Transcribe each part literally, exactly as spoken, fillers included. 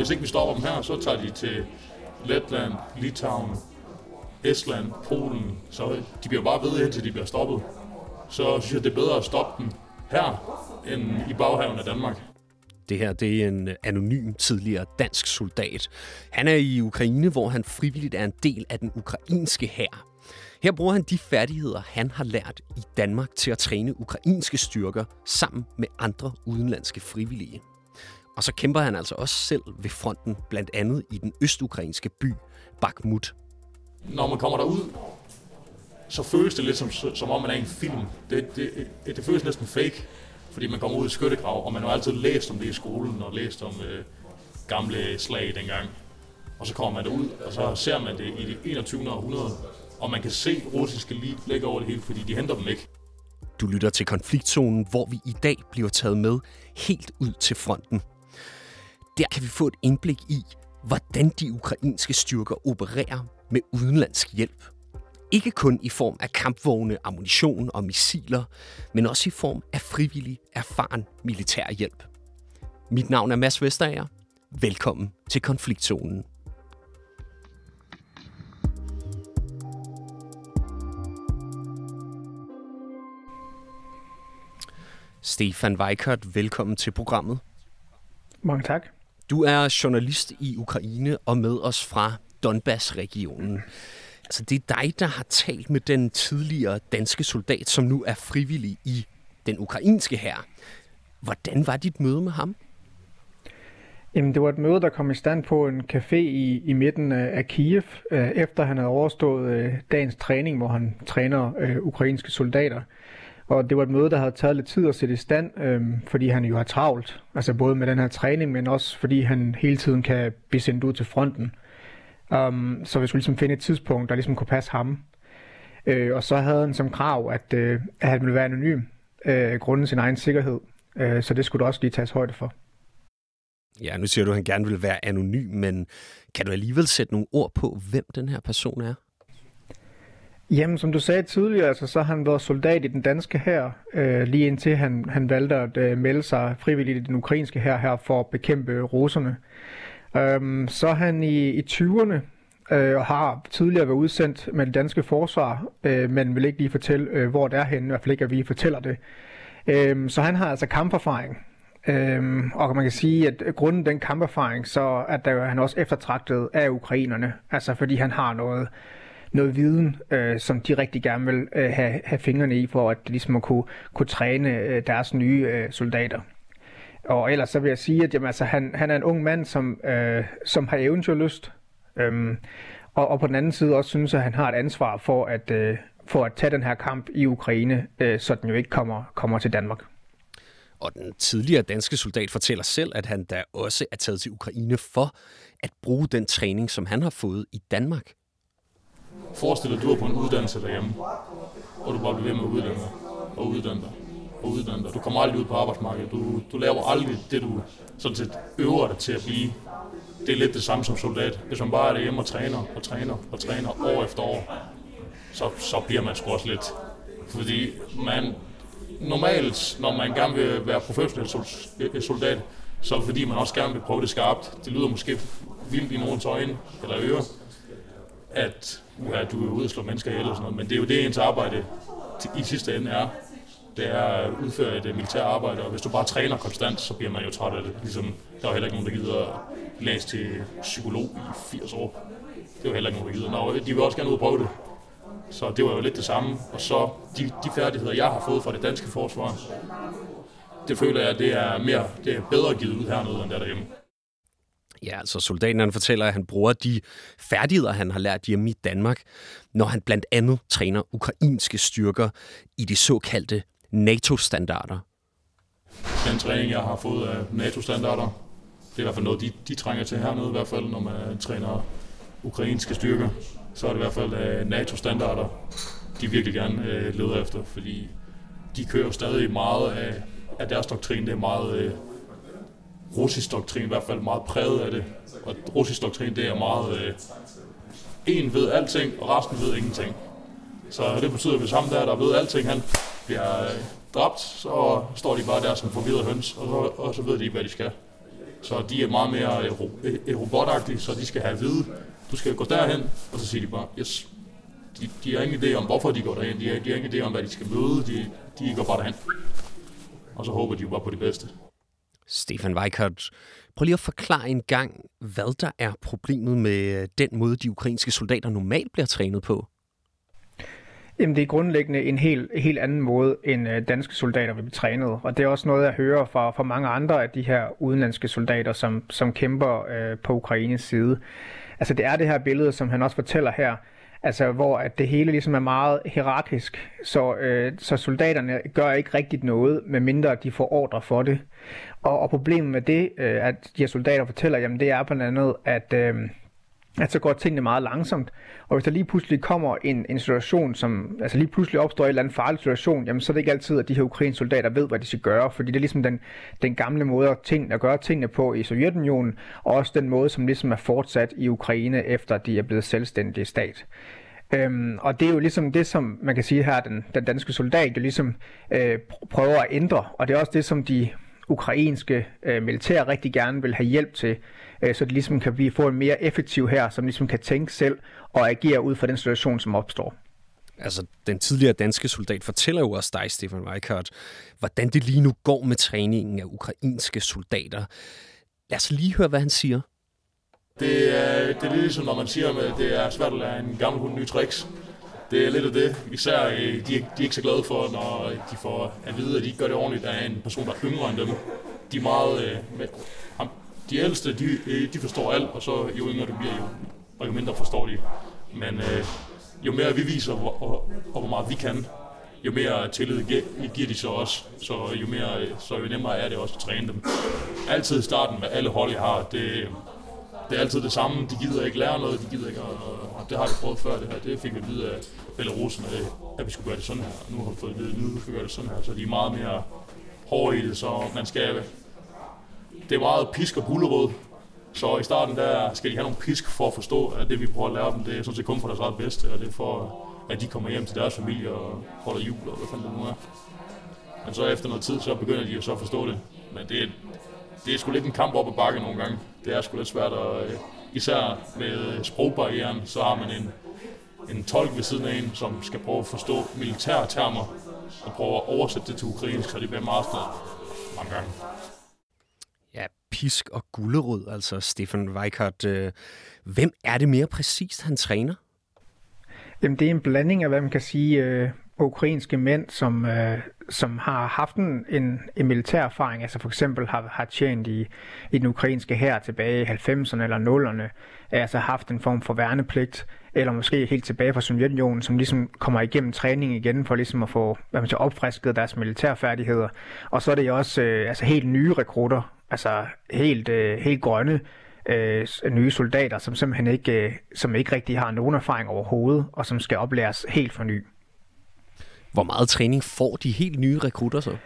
hvis ikke vi stopper dem her, så tager de til Letland, Litauen, Estland, Polen, så de bliver bare ved indtil de bliver stoppet. Så synes jeg, det er bedre at stoppe dem her, end i baghaven af Danmark. Det her det er en anonym tidligere dansk soldat. Han er i Ukraine, hvor han frivilligt er en del af den ukrainske hær. Her bruger han de færdigheder, han har lært i Danmark til at træne ukrainske styrker sammen med andre udenlandske frivillige. Og så kæmper han altså også selv ved fronten, blandt andet i den østukrainske by Bakhmut. Når man kommer derud, så føles det lidt som, som om man er i en film. Det, det, det føles næsten fake, fordi man kommer ud i skyttegrav, og man har altid læst om det i skolen og læst om øh, gamle slag dengang. Og så kommer man derud, og så ser man det i det enogtyvende århundrede, og man kan se russiske lig ligge over det hele, fordi de henter dem ikke. Du lytter til Konfliktzonen, hvor vi i dag bliver taget med helt ud til fronten. Der kan vi få et indblik i, hvordan de ukrainske styrker opererer med udenlandsk hjælp. Ikke kun i form af kampvogne, ammunition og missiler, men også i form af frivillig, erfaren militær hjælp. Mit navn er Mads Vesterager. Velkommen til Konfliktzonen. Stefan Weikert, velkommen til programmet. Mange tak. Du er journalist i Ukraine og med os fra Donbass-regionen. Altså, det er dig, der har talt med den tidligere danske soldat, som nu er frivillig i den ukrainske hær. Hvordan var dit møde med ham? Jamen, det var et møde, der kom i stand på en café i, i midten af Kiev, øh, efter han havde overstået øh, dagens træning, hvor han træner øh, ukrainske soldater. Og det var et møde, der havde taget lidt tid at sætte i stand, øh, fordi han jo har travlt. Altså både med den her træning, men også fordi han hele tiden kan blive sendt ud til fronten. Um, så vi skulle ligesom finde et tidspunkt, der ligesom kunne passe ham. Øh, og så havde han som krav, at, øh, at han ville være anonym, øh, grundet sin egen sikkerhed. Øh, så det skulle du også lige tages højde for. Ja, nu siger du, at han gerne vil være anonym, men kan du alligevel sætte nogle ord på, hvem den her person er? Jamen, som du sagde tidligere, altså, så har han været soldat i den danske hær, øh, lige indtil han, han valgte at øh, melde sig frivilligt i den ukrainske hær her for at bekæmpe russerne. Um, så er han i, i tyverne øh, og har tidligere været udsendt med det danske forsvar, øh, men vil ikke lige fortælle, øh, hvor det er henne, i hvert fald ikke, at vi fortæller det. Um, så han har altså kamperfaring, um, og man kan sige, at grunden den kamperfaring, så er der, han også eftertragtet af ukrainerne, altså fordi han har noget, noget viden, øh, som de rigtig gerne vil øh, have, have fingrene i, for at ligesom at kunne, kunne træne øh, deres nye øh, soldater. Og ellers så vil jeg sige, at jamen, altså, han, han er en ung mand, som, øh, som har eventyrlyst, øhm, og, og på den anden side også synes, at han har et ansvar for at, øh, for at tage den her kamp i Ukraine, øh, så den jo ikke kommer, kommer til Danmark. Og den tidligere danske soldat fortæller selv, at han da også er taget til Ukraine for at bruge den træning, som han har fået i Danmark. Forestil dig, at du er på en uddannelse derhjemme, og du bare bliver ved med at uddanne dig og uddanne dig. Og uddanne dig. Du kommer aldrig ud på arbejdsmarkedet. Du, du laver aldrig det, du sådan set øver dig til at blive. Det er lidt det samme som soldat. Hvis man bare er derhjemme og træner og træner og træner år efter år, så, så bliver man sgu også lidt. Fordi man normalt, når man gerne vil være professionel soldat, så er det fordi, man også gerne vil prøve det skarpt. Det lyder måske vildt i nogens øjne eller ører, at ja, du er ude og slå mennesker ihjel og sådan noget. Men det er jo det, ens arbejde i sidste ende er. Det er at udføre et militært arbejde, og hvis du bare træner konstant, så bliver man jo træt af det. Ligesom, der er heller ikke nogen, der gider at læse til psykolog i firs år. Det er jo heller ikke nogen, der gider. Nå, de vil også gerne ud og prøve det. Så det var jo lidt det samme. Og så de, de færdigheder, jeg har fået fra det danske forsvar, det føler jeg, at det er, mere, det er bedre givet ud hernede, end der derhjemme. Ja, altså soldaten han fortæller, at han bruger de færdigheder, han har lært hjemme i Danmark, når han blandt andet træner ukrainske styrker i de såkaldte NATO-standarder. Den træning, jeg har fået af NATO-standarder, det er i hvert fald noget, de, de trænger til hernede, i hvert fald når man træner ukrainske styrker. Så er det i hvert fald NATO-standarder, de virkelig gerne øh, leder efter, fordi de kører stadig meget af, af deres doktrin. Det er meget øh, russisk doktrin, i hvert fald meget præget af det. Og russisk doktrin, det er meget øh, en ved alting, og resten ved ingenting. Så det betyder, at hvis ham der, der ved alting, han bliver øh, dræbt, så står de bare der som forvirrede høns, og så, og så ved de ikke, hvad de skal. Så de er meget mere ro- robotagtige, så de skal have at vide, du skal gå derhen, og så siger de bare, yes. De, de har ingen idé om, hvorfor de går derhen, de har, de har ingen idé om, hvad de skal møde, de, de går bare derhen. Og så håber de jo bare på det bedste. Stefan Weikert, prøv lige at forklare en gang, hvad der er problemet med den måde, de ukrainske soldater normalt bliver trænet på. Jamen, det er grundlæggende en helt, helt anden måde, end danske soldater vil blive trænet. Og det er også noget, jeg hører fra, fra mange andre af de her udenlandske soldater, som, som kæmper øh, på Ukraines side. Altså, det er det her billede, som han også fortæller her, altså hvor at det hele ligesom er meget hierarkisk, så, øh, så soldaterne gør ikke rigtigt noget, medmindre de får ordre for det. Og, og problemet med det, øh, at de her soldater fortæller, jamen det er blandt andet, at, øh, at så går tingene meget langsomt. Og hvis der lige pludselig kommer en, en situation, som altså lige pludselig opstår en eller anden farlig situation, jamen så er det ikke altid, at de her ukrainske soldater ved, hvad de skal gøre, fordi det er ligesom den, den gamle måde at, ting, at gøre tingene på i Sovjetunionen, og også den måde, som ligesom er fortsat i Ukraine, efter de er blevet selvstændige stat. Øhm, og det er jo ligesom det, som man kan sige her, den, den danske soldat jo ligesom øh, prøver at ændre, og det er også det, som de ukrainske øh, militær rigtig gerne vil have hjælp til, øh, så det ligesom kan blive, få en mere effektiv her, som ligesom kan tænke selv og agere ud fra den situation, som opstår. Altså, den tidligere danske soldat fortæller jo også dig, Stefan Weikert, hvordan det lige nu går med træningen af ukrainske soldater. Lad os lige høre, hvad han siger. Det er, det er lidt ligesom, når man siger, at det er svært at lære en gammel hund nye tricks. Det er lidt af det. Især de, de er ikke så glade for, når de får at vide, at de ikke gør det ordentligt af en person, der er yngre end dem. De er meget... Med, de ældste, de, de forstår alt, og så jo yngre du bliver, jo, og jo mindre forstår de. Men jo mere vi viser, og, og, og hvor meget vi kan, jo mere tillid giver de så også. Så jo, mere, så jo nemmere er det også at træne dem. Altid i starten med alle hold, jeg har, det... Det er altid det samme. De gider ikke lære noget, de gider ikke, og det har vi prøvet før det her. Det fik vi at vide af Belarusen, at vi skulle gøre det sådan her. Nu har vi fået at vide, at nu skal vi gøre det sådan her. Så de er meget mere hårde i det, så man skal... Det er meget pisk og gulerod. Så i starten der skal de have nogle pisk for at forstå, at det vi prøver at lære dem, det er sådan set kun for deres eget bedste, og det er for, at de kommer hjem til deres familie og holder jul, og hvad fanden det nu er. Men så efter noget tid, så begynder de jo så at forstå det. Men det er, det er sgu lidt en kamp op ad bakke nogle gange. Det er sgu lidt svært, og især med sprogbarrieren, så har man en, en tolk ved siden af en, som skal prøve at forstå militære termer, og prøve at oversætte det til ukrainsk, så det bliver meget svært mange gange. Ja, pisk og gulerod, altså Stefan Weikert. Hvem er det mere præcist, han træner? Jamen, det er en blanding af, hvad man kan sige, øh, ukrainske mænd, som, øh, som har haft en, en, en militær erfaring, altså for eksempel har, har tjent i, i den ukrainske hær tilbage i halvfemserne eller nullerne, altså haft en form for værnepligt, eller måske helt tilbage fra Sovjetunionen, som ligesom kommer igennem træning igen for ligesom at få hvad man siger, opfrisket deres militærfærdigheder. Og så er det jo også øh, altså helt nye rekrutter, altså helt, øh, helt grønne, Øh, nye soldater, som simpelthen ikke, øh, som ikke rigtig har nogen erfaring overhovedet, og som skal oplæres helt for ny. Hvor meget træning får de helt nye rekrutter så?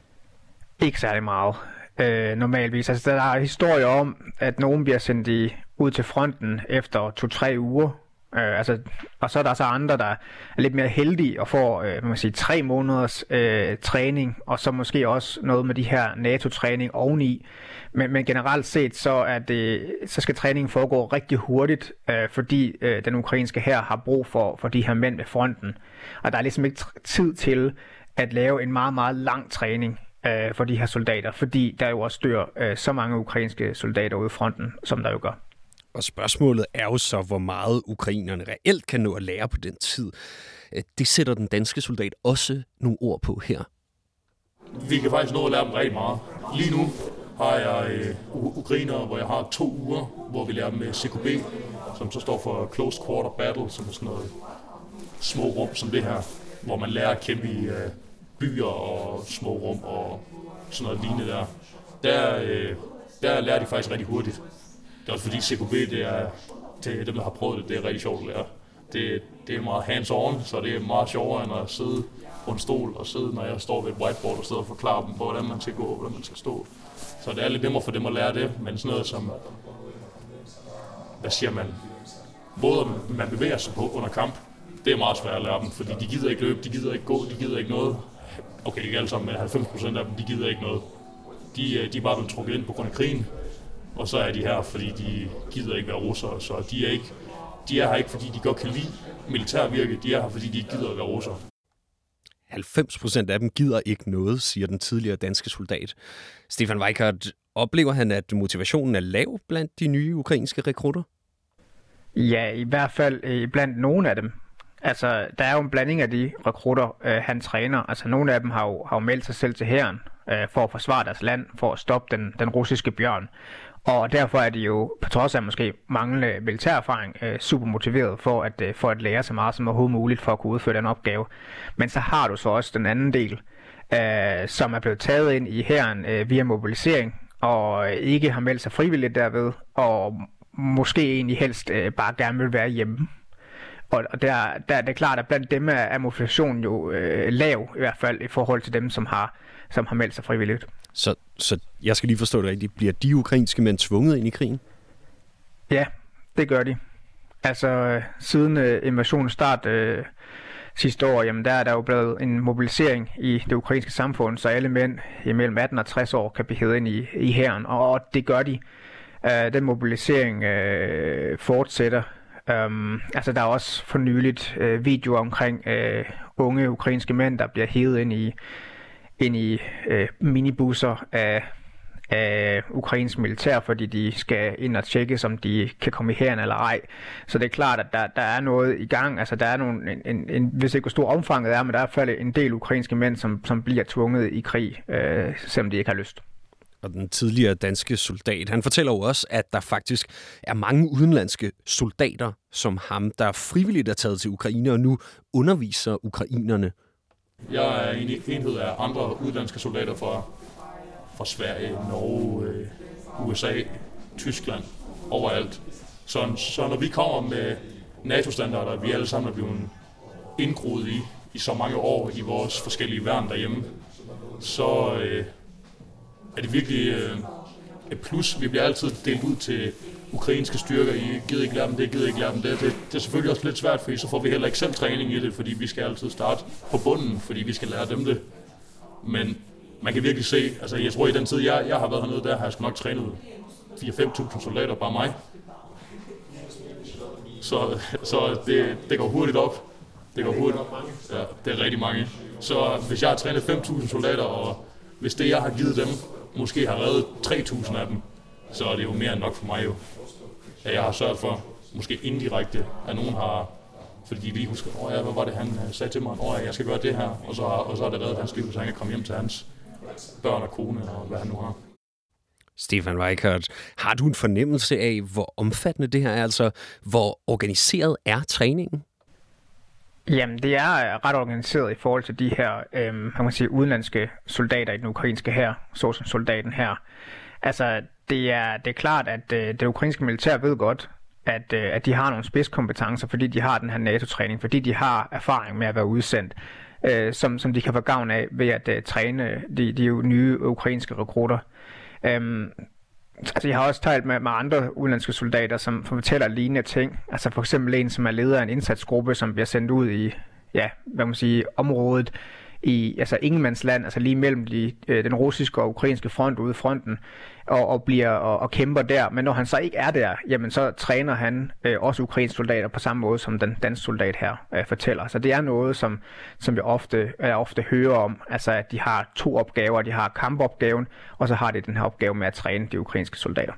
Ikke særlig meget. Øh, normalvis. Altså, der er historier om, at nogen bliver sendt i, ud til fronten efter to-tre uger. Øh, altså, og så er der så andre, der er lidt mere heldige og får øh, man kan sige, tre måneders øh, træning, og så måske også noget med de her NATO-træning oveni. Men, men generelt set, så, er det, så skal træningen foregå rigtig hurtigt, øh, fordi øh, den ukrainske hær har brug for, for de her mænd ved fronten. Og der er ligesom ikke tid til at lave en meget, meget lang træning øh, for de her soldater, fordi der jo også dør øh, så mange ukrainske soldater ude i fronten, som der jo gør. Og spørgsmålet er jo så, hvor meget ukrainerne reelt kan nå at lære på den tid. Det sætter den danske soldat også nogle ord på her. Vi kan faktisk nå at lære dem rigtig meget. Lige nu har jeg uh, ukrainere, hvor jeg har to uger, hvor vi lærer dem med C Q B, som så står for Close Quarter Battle, som er sådan noget små rum som det her, hvor man lærer at kæmpe i uh, byer og små rum og sådan noget lignende der. Der, uh, der lærer de faktisk rigtig hurtigt. Det er også fordi C Q B, det er, det er dem, der har prøvet det, det er rigtig sjovt at lære. Det, det er meget hands-on, så det er meget sjovere end at sidde på en stol og sidde, når jeg står ved et whiteboard og sidder og forklarer dem, hvordan man skal gå og hvordan man skal stå. Så det er lidt nemmere for dem at lære det, men sådan noget som, hvad siger man, måder man bevæger sig på under kamp, det er meget svært at lære dem, fordi de gider ikke løbe, de gider ikke gå, de gider ikke noget. Okay, ikke alle sammen, men halvfems procent af dem, de gider ikke noget. De, de er bare blevet trukket ind på grund af krigen, Og så er de her, fordi de gider ikke være russere, så de er, ikke, de er her ikke, fordi de godt kan lide militærvirke, de er her, fordi de ikke gider at være russere. halvfems procent af dem gider ikke noget, siger den tidligere danske soldat. Stefan Weikart, oplever han, at motivationen er lav blandt de nye ukrainske rekrutter? Ja, i hvert fald øh, blandt nogle af dem. Altså, der er jo en blanding af de rekrutter, øh, han træner. Altså, nogle af dem har jo, har jo meldt sig selv til hæren øh, for at forsvare deres land, for at stoppe den, den russiske bjørn. Og derfor er de jo, på trods af måske manglende militærerfaring, øh, super motiveret for at, øh, for at lære så meget som overhovedet muligt for at kunne udføre den opgave. Men så har du så også den anden del, øh, som er blevet taget ind i hæren øh, via mobilisering, og ikke har meldt sig frivilligt derved, og måske egentlig helst øh, bare gerne vil være hjemme. Og, og der, der det er klart, at blandt dem er, er motivationen jo øh, lav, i hvert fald i forhold til dem, som har, som har meldt sig frivilligt. Så, så jeg skal lige forstå det rigtigt. Bliver de ukrainske mænd tvunget ind i krigen? Ja, det gør de. Altså, øh, siden øh, invasionens start øh, sidste år, jamen der er der jo blevet en mobilisering i det ukrainske samfund, så alle mænd imellem atten og tres år kan blive hævet ind i, i hæren, og, og det gør de. Uh, den mobilisering uh, fortsætter. Um, altså der er også for nyligt uh, videoer omkring uh, unge ukrainske mænd, der bliver hævet ind i, ind i uh, minibusser af, af ukrainsk militær, fordi de skal ind og tjekke, om de kan komme i hæren eller ej. Så det er klart, at der, der er noget i gang. Altså der er nogle, en, en, en, hvis ikke hvor stor omfanget er, men der er i hvert fald en del ukrainske mænd, som, som bliver tvunget i krig, uh, selvom de ikke har lyst. Og den tidligere danske soldat, han fortæller jo også, at der faktisk er mange udenlandske soldater som ham, der frivilligt er taget til Ukraine og nu underviser ukrainerne. Jeg er en enhed af andre udenlandske soldater fra, fra Sverige, Norge, U S A, Tyskland, overalt. Så, så når vi kommer med NATO-standarder, vi alle sammen er blevet indgroet i, i så mange år i vores forskellige værn derhjemme, så øh, er det virkelig øh, et plus. Vi bliver altid delt ud til ukrainske styrker. I gider ikke lære dem det, gider ikke lære dem det. det. Det er selvfølgelig også lidt svært, fordi så får vi heller ikke selv træning i det, fordi vi skal altid starte på bunden, fordi vi skal lære dem det. Men man kan virkelig se, altså jeg tror i den tid, jeg, jeg har været hernede, der har jeg sgu nok trænet fire til fem tusind soldater, bare mig. Så, så det, det går hurtigt op. Det går hurtigt. Ja, det er rigtig mange. Så hvis jeg har trænet fem tusind soldater, og hvis det, jeg har givet dem, måske har reddet tre tusind af dem, så er det jo mere end nok for mig jo. Ja, jeg har sørget for, måske indirekte, at nogen har, fordi de lige husker, åh ja, hvad var det, han sagde til mig, åh ja, jeg skal gøre det her, og så, og så har det reddet hans liv, så han kan komme hjem til hans børn og kone, og hvad han nu har. Stefan Weikart, har du en fornemmelse af, hvor omfattende det her er, altså hvor organiseret er træningen? Jamen, det er ret organiseret i forhold til de her, øh, man kan sige, udenlandske soldater i den ukrainske hær, såsom soldaten her. Altså, det er, det er klart, at øh, det ukrainske militær ved godt, at, øh, at de har nogle spidskompetencer, fordi de har den her NATO-træning, fordi de har erfaring med at være udsendt, øh, som, som de kan få gavn af ved at øh, træne de, de nye ukrainske rekrutter. Øh, Altså, jeg har også talt med, med andre udenlandske soldater, som fortæller lignende ting. Altså for eksempel en, som er leder af en indsatsgruppe, som bliver sendt ud i, ja, hvad man sige, området i, altså ingenmandsland, altså lige mellem de, øh, den russiske og ukrainske front ude i fronten, og, og bliver og, og kæmper der. Men når han så ikke er der, jamen så træner han øh, også ukrainske soldater på samme måde, som den danske soldat her øh, fortæller. Så det er noget, som, som vi ofte, øh, ofte hører om, altså at de har to opgaver. De har kampopgaven, og så har de den her opgave med at træne de ukrainske soldater.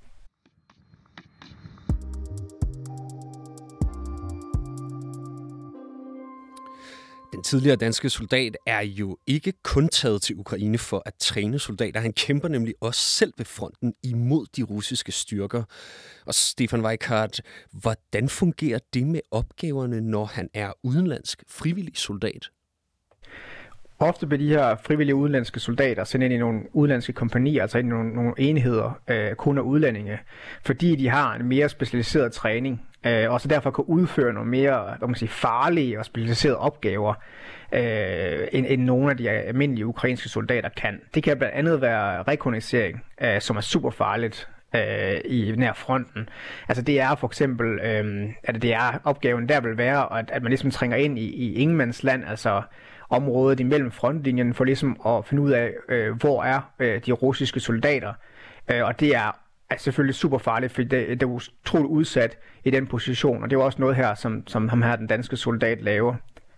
Den tidligere danske soldat er jo ikke kun taget til Ukraine for at træne soldater. Han kæmper nemlig også selv ved fronten imod de russiske styrker. Og Stefan Weikart, hvordan fungerer det med opgaverne, når han er udenlandsk frivillig soldat? Ofte bliver de her frivillige udenlandske soldater sendt ind i nogle udenlandske kompagnier, altså ind i nogle, nogle enheder, øh, kun af udlændinge, fordi de har en mere specialiseret træning, øh, og så derfor kan udføre nogle mere, hvad man siger, farlige og specialiserede opgaver, øh, end, end nogle af de almindelige ukrainske soldater kan. Det kan blandt andet være rekognoscering, øh, som er super farligt øh, i nær fronten. Altså det er for eksempel, øh, at det er opgaven der vil være, at, at man ligesom trænger ind i, i ingenmandsland, altså området imellem frontlinjen, for ligesom at finde ud af, øh, hvor er øh, de russiske soldater. Øh, og det er er selvfølgelig super farligt, fordi det, det er utroligt udsat i den position, og det er også noget her, som, som ham her, den danske soldat, laver.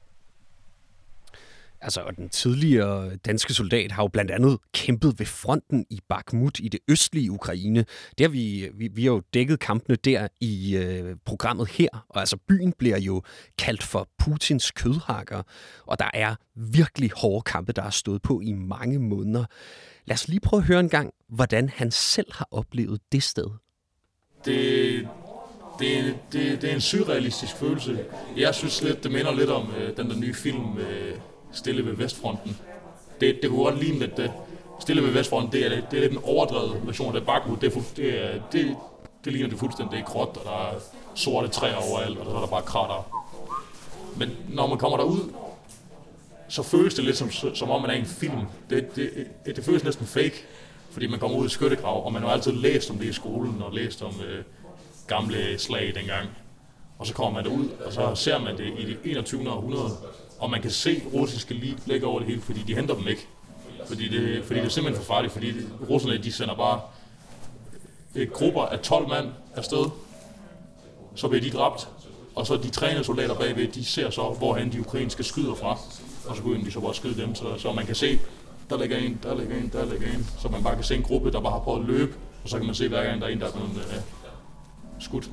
Altså, og den tidligere danske soldat har jo blandt andet kæmpet ved fronten i Bakhmut i det østlige Ukraine. Der vi, vi, vi har jo dækket kampene der i øh, programmet her, og altså byen bliver jo kaldt for Putins kødhakker, og der er virkelig hårde kampe, der har stået på i mange måneder. Lad os lige prøve at høre en gang, hvordan han selv har oplevet det sted. Det, det, det, det er en surrealistisk følelse. Jeg synes lidt, det minder lidt om øh, den der nye film øh, Stille ved Vestfronten. Det, det kunne godt ligne lidt det. Stille ved Vestfronten, det er, det er lidt en overdrevet version af Bakhmut. Det, det, er, det, det ligner det fuldstændig. Det er gråt, og der er sorte træer overalt, og så er der bare krater. Men når man kommer derud, så føles det lidt som, som om man er i en film. Det, det, det, det føles næsten fake, fordi man kommer ud i skyttegrav, og man har altid læst om det i skolen, og læst om øh, gamle slag dengang. Og så kommer man derud, og så ser man det i det enogtyvende århundrede, og man kan se russiske lig ligge over det hele, fordi de henter dem ikke. Fordi det, fordi det er simpelthen for farligt, fordi russerne de sender bare et grupper af tolv mand afsted, så bliver de dræbt, og så de trænede soldater bagved, de ser så, hvorhen de ukrainske skyder fra, og så begynder de så bare at skyde dem, så, så man kan se, der ligger en, der ligger en, der ligger en, så man bare kan se en gruppe, der bare har prøvet at løbe, og så kan man se hver gang, der er en, der er blevet øh, skudt.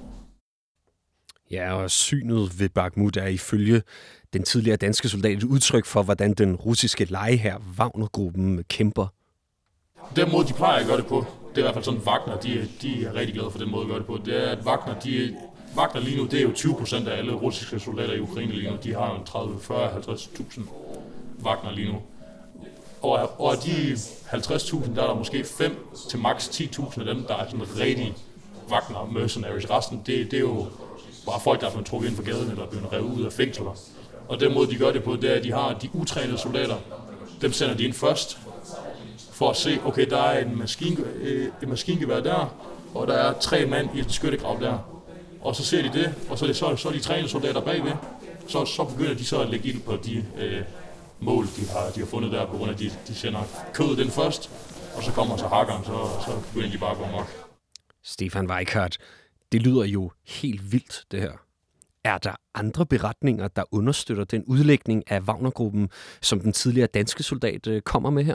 Ja, og synet ved Bakhmut er ifølge den tidligere danske soldat et udtryk for, hvordan den russiske lejeherre Wagner-gruppen kæmper. Den måde, de plejer at gøre det på, det er i hvert fald sådan, Wagner, de, de er rigtig glade for den måde at gøre det på. Det er, at Wagner, de, Wagner lige nu, det er jo tyve procent af alle russiske soldater i Ukraine lige nu. De har jo tredive, fyrre, halvtreds tusind Wagner lige nu. Og, og af de halvtreds tusind, der er der måske fem til maks ti tusind af dem, der er sådan rigtig Wagner mercenaries. Resten, det, det er jo bare folk, der er blevet trukket ind for gaden eller blevet revet ud af fængsler. Og den måde, de gør det på, det er, at de har de utrænede soldater. Dem sender de ind først, for at se, okay, der er en maskine, øh, et maskingevær der, og der er tre mand i et skyttegrav der. Og så ser de det, og så er, det, så, så er de trænede soldater bagved. Så, så begynder de så at lægge ild på de øh, mål, de har, de har fundet der, på grund af, at de, de sender kødet ind først, og så kommer så hakkeren, så, så begynder de bare at gå amok. Stefan Weikart, det lyder jo helt vildt, det her. Er der andre beretninger, der understøtter den udlægning af Wagner-gruppen, som den tidligere danske soldat kommer med her?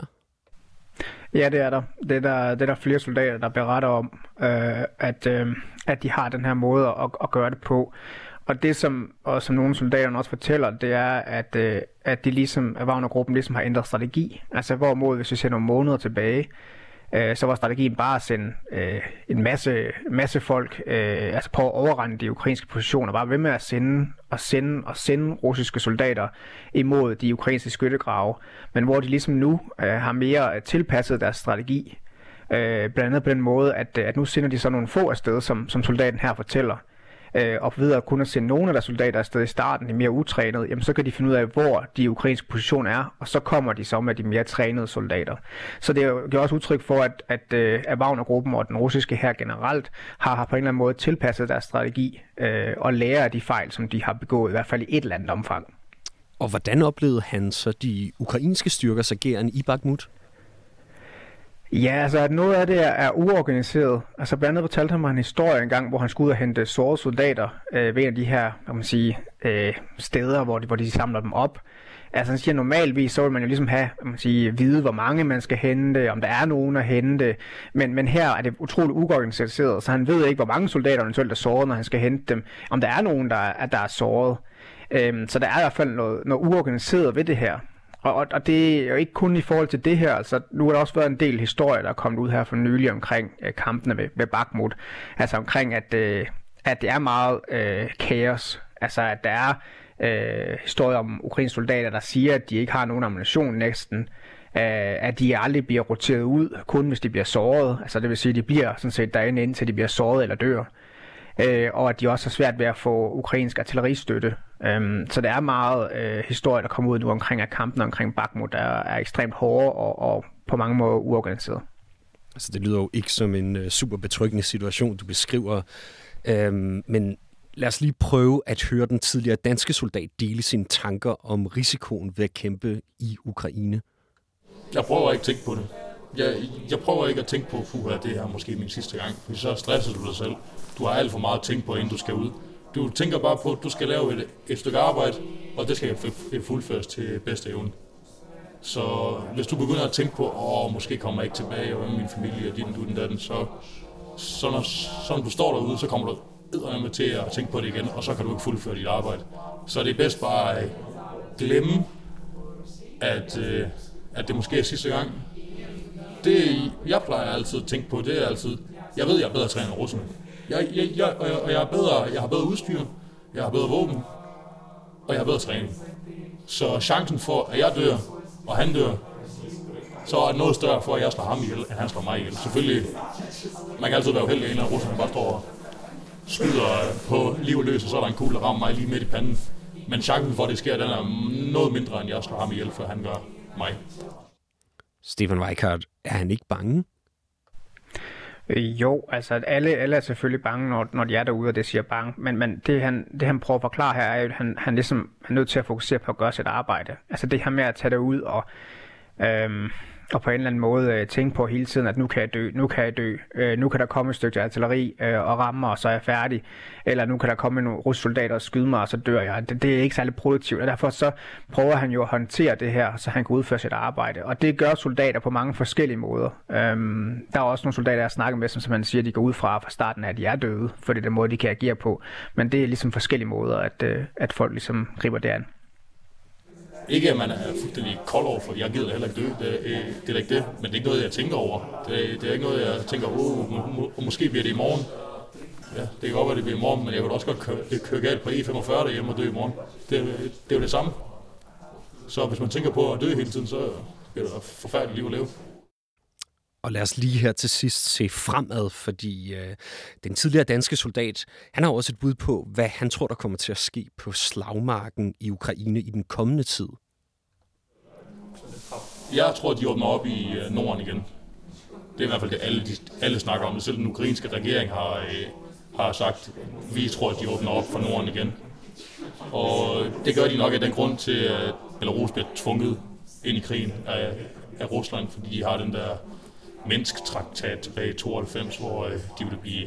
Ja, det er der. Det er der, det er der flere soldater, der beretter om, øh, at, øh, at de har den her måde at, at gøre det på. Og det, som, og som nogle soldater også fortæller, det er, at, øh, at de ligesom, at Wagner-gruppen ligesom har ændret strategi. Altså hvorimod, hvis vi ser nogle måneder tilbage, øh, så var strategien bare at sende øh, en masse, masse folk, øh, altså på at overrende de ukrainske positioner, bare ved med at sende og sende og sende russiske soldater imod de ukrainske skyttegrave. Men hvor de ligesom nu øh, har mere tilpasset deres strategi, øh, blandt andet på den måde, at, at nu sender de så nogle få afsted, som, som soldaten her fortæller. Og ved at kunne sende nogle af deres soldater afsted i starten, de mere utrænede, jamen så kan de finde ud af, hvor de ukrainske positioner er, og så kommer de så med de mere trænede soldater. Så det er jo også udtryk for, at, at, at Wagner-gruppen og den russiske hær generelt har, har på en eller anden måde tilpasset deres strategi øh, og lærer af de fejl, som de har begået, i hvert fald i et eller andet omfang. Og hvordan oplevede han så de ukrainske styrkers ageren i Bakhmut? Ja, altså at noget af det er uorganiseret. Altså blandt andet fortalte han mig en historie engang, hvor han skulle ud og hente sårede soldater øh, ved en af de her, kan man sige, øh, steder, hvor de, hvor de samler dem op. Altså han siger, normalvis så vil man jo ligesom have, kan man sige, vide, hvor mange man skal hente, om der er nogen at hente. Men, men her er det utroligt uorganiseret, så han ved ikke, hvor mange soldater eventuelt er såret, når han skal hente dem. Om der er nogen, der er, der er såret. Øh, så der er i hvert fald noget, noget uorganiseret ved det her. Og, og det er jo ikke kun i forhold til det her, altså nu har der også været en del historier, der er kommet ud her for nylig omkring øh, kampene ved, ved Bakhmut. Altså omkring, at, øh, at det er meget øh, kaos. Altså at der er øh, historier om ukrainske soldater, der siger, at de ikke har nogen ammunition næsten. Øh, at de aldrig bliver roteret ud, kun hvis de bliver såret. Altså det vil sige, at de bliver sådan set derinde, indtil de bliver såret eller dør. Øh, og at de også har svært ved at få ukrainsk artilleristøtte. Um, så der er meget øh, historie, der kommer ud nu omkring, at kampene omkring Bakhmut der er ekstremt hårde og, og på mange måder uorganiseret. Altså det lyder jo ikke som en uh, super betryggende situation, du beskriver. Um, men lad os lige prøve at høre den tidligere danske soldat dele sine tanker om risikoen ved at kæmpe i Ukraine. Jeg prøver ikke at tænke på det. jeg, jeg prøver ikke at tænke på, at det her er måske min sidste gang, for så stresser du dig selv. Du har alt for meget at tænke på, inden du skal ud. Du tænker bare på, at du skal lave et, et stykke arbejde, og det skal fuldføres til bedste evne. Så hvis du begynder at tænke på, åh, måske kommer jeg ikke tilbage, og min familie og din, du, den, den, så, så, når, så når du står derude, så kommer du eddermame til at tænke på det igen, og så kan du ikke fuldføre dit arbejde. Så det er bedst bare at glemme, at, øh, at det måske er sidste gang. Det, jeg plejer altid at tænke på, det er altid, jeg ved, jeg er bedre træner end russerne. Jeg, jeg, jeg, og jeg, er bedre, jeg har bedre udstyr, jeg har bedre våben, og jeg har bedre træning. Så chancen for, at jeg dør, og han dør, så er det noget større for, at jeg slår ham ihjel, end han slår mig ihjel. Selvfølgelig, man kan altid være uheldig, at russerne bare står og skyder på liv og løs, og så er der en kugle, der rammer mig lige midt i panden. Men chancen for, at det sker, den er noget mindre, end jeg slår ham ihjel, for han gør mig. Stefan Weikart, er han ikke bange? Jo, altså alle, alle er selvfølgelig bange, når, når de er derude, og det siger bange. Men, men det, han, det han prøver at forklare her, er at han, han ligesom er nødt til at fokusere på at gøre sit arbejde. Altså det her med at tage det ud og, øhm, og på en eller anden måde øh, tænke på hele tiden, at nu kan jeg dø, nu kan jeg dø, øh, nu kan der komme et stykke artilleri øh, og ramme mig, og så er jeg færdig. Eller nu kan der komme nogle russiske soldater og skyde mig, og så dør jeg. Det, det er ikke særlig produktivt, og derfor så prøver han jo at håndtere det her, så han kan udføre sit arbejde. Og det gør soldater på mange forskellige måder. Øhm, der er også nogle soldater, jeg snakker med, som simpelthen siger, at de går ud fra fra starten af, at de er døde, for det er den måde, de kan agere på. Men det er ligesom forskellige måder, at, øh, at folk ligesom griber det an. Ikke at man er fuldstændig kold over, for jeg gider heller ikke dø, det, det er ikke det, men det er ikke noget, jeg tænker over. Det, det er ikke noget, jeg tænker, åh, må, må, måske bliver det i morgen. Ja, det kan godt være, det bliver i morgen, men jeg vil også godt køre, køre galt på E femogfyrre derhjemme og dø i morgen. Det, det er jo det samme. Så hvis man tænker på at dø hele tiden, så bliver det et forfærdeligt liv at leve. Og lad os lige her til sidst se fremad, fordi øh, den tidligere danske soldat, han har også et bud på, hvad han tror, der kommer til at ske på slagmarken i Ukraine i den kommende tid. Jeg tror, de åbner op i øh, Norden igen. Det er i hvert fald det, alle, de, alle snakker om. Selv den ukrainske regering har, øh, har sagt, vi tror, at de åbner op for Norden igen. Og det gør de nok af den grund til, at Belarus bliver tvunget ind i krigen af, af Rusland, fordi de har den der Minsk-traktat tilbage i tooghalvfems, hvor øh, de ville blive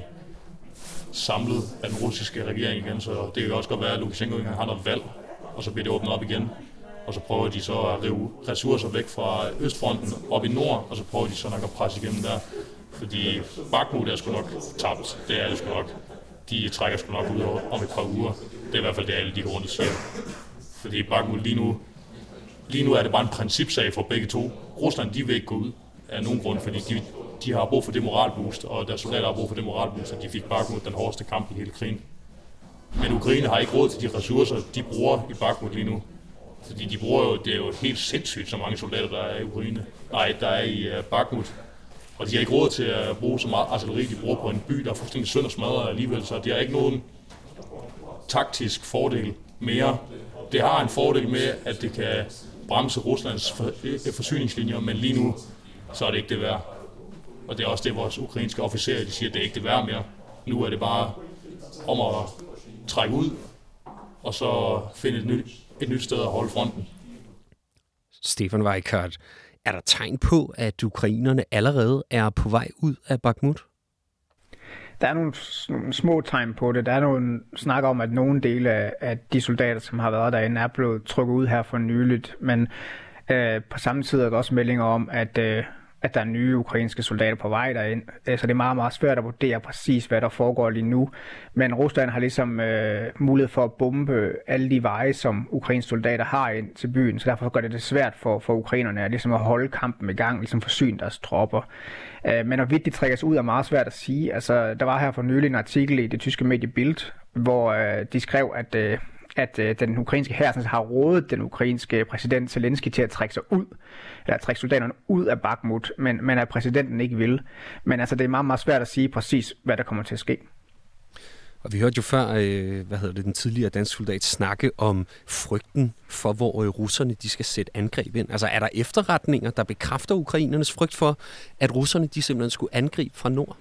samlet af den russiske regering igen, så det kan også godt være, at Lukashenko ikke har noget valg, og så bliver det åbnet op igen, og så prøver de så at rive ressourcer væk fra Østfronten op i nord, og så prøver de så nok at presse igennem der, fordi Bakhmut er sgu nok tabt, det er det sgu nok. De trækker sgu nok ud om et par uger, det er i hvert fald det, alle de går rundt og siger. Fordi Bakhmut lige nu, lige nu er det bare en principsag for begge to. Rusland, de vil ikke gå ud af nogen grund, fordi de, de har brug for det moralboost, og deres soldater har brug for det moralboost, og de fik Bakhmut den hårdeste kamp i hele krigen. Men Ukraine har ikke råd til de ressourcer, de bruger i Bakhmut lige nu. Fordi de bruger jo, det er jo helt sindssygt, så mange soldater, der er i Ukraine. Nej, der er i uh, Bakhmut. Og de har ikke råd til at bruge så meget artilleri, de bruger på en by, der er fuldstændig sønder smadret alligevel, så de har ikke nogen taktisk fordel mere. Det har en fordel med, at det kan bremse Ruslands forsyningslinjer, men lige nu så er det ikke det værd. Og det er også det, vores ukrainske officerer, de siger, at det er ikke det værd mere. Nu er det bare om at trække ud, og så finde et nyt, et nyt sted at holde fronten. Stefan Weikart, er der tegn på, at ukrainerne allerede er på vej ud af Bakhmut? Der er nogle, nogle små tegn på det. Der er nogle snakker om, at nogle dele af, af de soldater, som har været derinde, er blevet trukket ud her for nyligt. Men øh, på samme tid er der også meldinger om, at, øh, at der er nye ukrainske soldater på vej derind. Så det er meget, meget svært at vurdere præcis, hvad der foregår lige nu. Men Rusland har ligesom øh, mulighed for at bombe alle de veje, som ukrainske soldater har ind til byen. Så derfor gør det det svært for, for ukrainerne at, ligesom at holde kampen i gang, ligesom forsyne deres tropper. Øh, men hvorvidt de trækker sig ud, er meget svært at sige. Altså, der var her for nylig en artikel i det tyske medie Bild, hvor øh, de skrev, at... Øh, at øh, den ukrainske hær har rådet den ukrainske præsident Zelensky til at trække sig ud, eller at trække soldaterne ud af Bakhmut, men, men at præsidenten ikke vil. Men altså, det er meget, meget svært at sige præcis, hvad der kommer til at ske. Og vi hørte jo før, øh, hvad hedder det, den tidligere danske soldat snakke om frygten for, hvor øh, russerne de skal sætte angreb ind. Altså, er der efterretninger, der bekræfter ukrainernes frygt for, at russerne de simpelthen skulle angribe fra nord?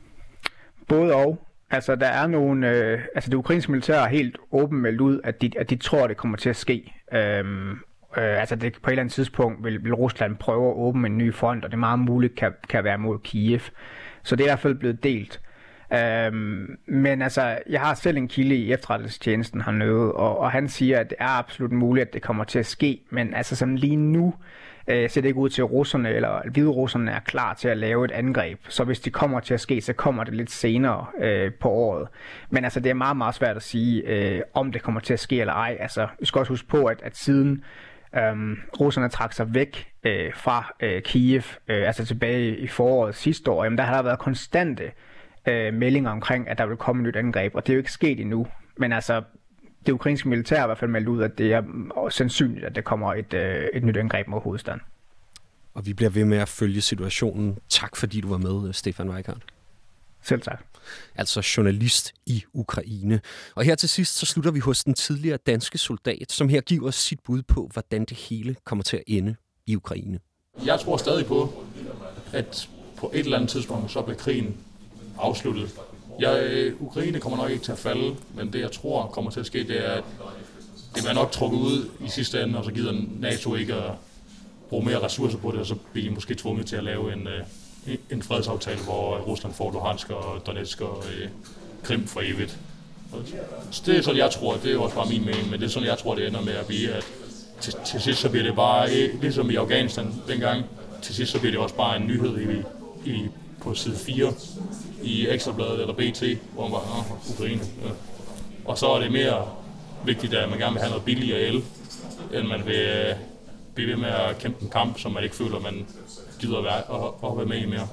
Både og. Altså, der er nogle, øh, altså det ukrainske militær er helt åbent meldt ud, at de, at de tror, at det kommer til at ske. Øhm, Øh, altså det, på et eller andet tidspunkt vil, vil Rusland prøve at åbne en ny front, og det er meget muligt kan, kan være mod Kiev. Så det er i hvert fald blevet delt. Øhm, men altså, jeg har selv en kilde i efterretningstjenesten hernede, og, og han siger, at det er absolut muligt, at det kommer til at ske, men altså sådan lige nu øh, ser det ikke ud til, at russerne eller hviderusserne er klar til at lave et angreb. Så hvis det kommer til at ske, så kommer det lidt senere øh, på året. Men altså, det er meget, meget svært at sige, øh, om det kommer til at ske eller ej. Altså, vi skal også huske på, at, at siden Øhm, russerne trak sig væk øh, fra øh, Kiev, øh, altså tilbage i foråret sidste år, jamen der har der været konstante øh, meldinger omkring, at der vil komme et nyt angreb, og det er jo ikke sket endnu. Men altså, det ukrainske militær har i hvert fald meldt ud, at det er sandsynligt, at der kommer et, øh, et nyt angreb mod hovedstaden. Og vi bliver ved med at følge situationen. Tak fordi du var med, Stefan Weikart. Selv tak. Altså journalist i Ukraine. Og her til sidst, så slutter vi hos den tidligere danske soldat, som her giver os sit bud på, hvordan det hele kommer til at ende i Ukraine. Jeg tror stadig på, at på et eller andet tidspunkt, så bliver krigen afsluttet. Jeg, Ukraine kommer nok ikke til at falde, men det jeg tror kommer til at ske, det er, at det bliver nok trukket ud i sidste ende, og så gider NATO ikke at bruge mere ressourcer på det, og så bliver de måske tvunget til at lave en en fredsaftale, hvor Rusland får Luhansk og Donetsk og øh, Krim for evigt. Så det er sådan, jeg tror, det er jo også bare min mening, men det er sådan, jeg tror, det ender med at blive, at til, til sidst så bliver det bare, ligesom i Afghanistan dengang, til sidst så bliver det også bare en nyhed i, i, på side fire i Ekstrabladet eller B T, hvor man bare, ah, Ukraine. Ja. Og så er det mere vigtigt, at man gerne vil have noget billigere el, end man vil øh, blive ved med at kæmpe en kamp, som man ikke føler, man gider at være, at, at være med i mere.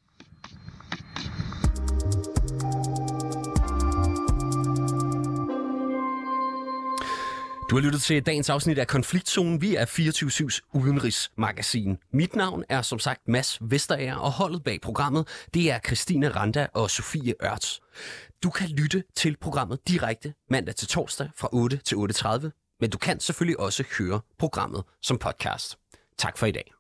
Du har lyttet til dagens afsnit af Konfliktzonen. Vi er fireogtyve syvs udenrigsmagasin. Mit navn er som sagt Mads Vesterager, og holdet bag programmet, det er Christine Randa og Sofie Ørts. Du kan lytte til programmet direkte mandag til torsdag fra otte til otte tredive, men du kan selvfølgelig også høre programmet som podcast. Tak for i dag.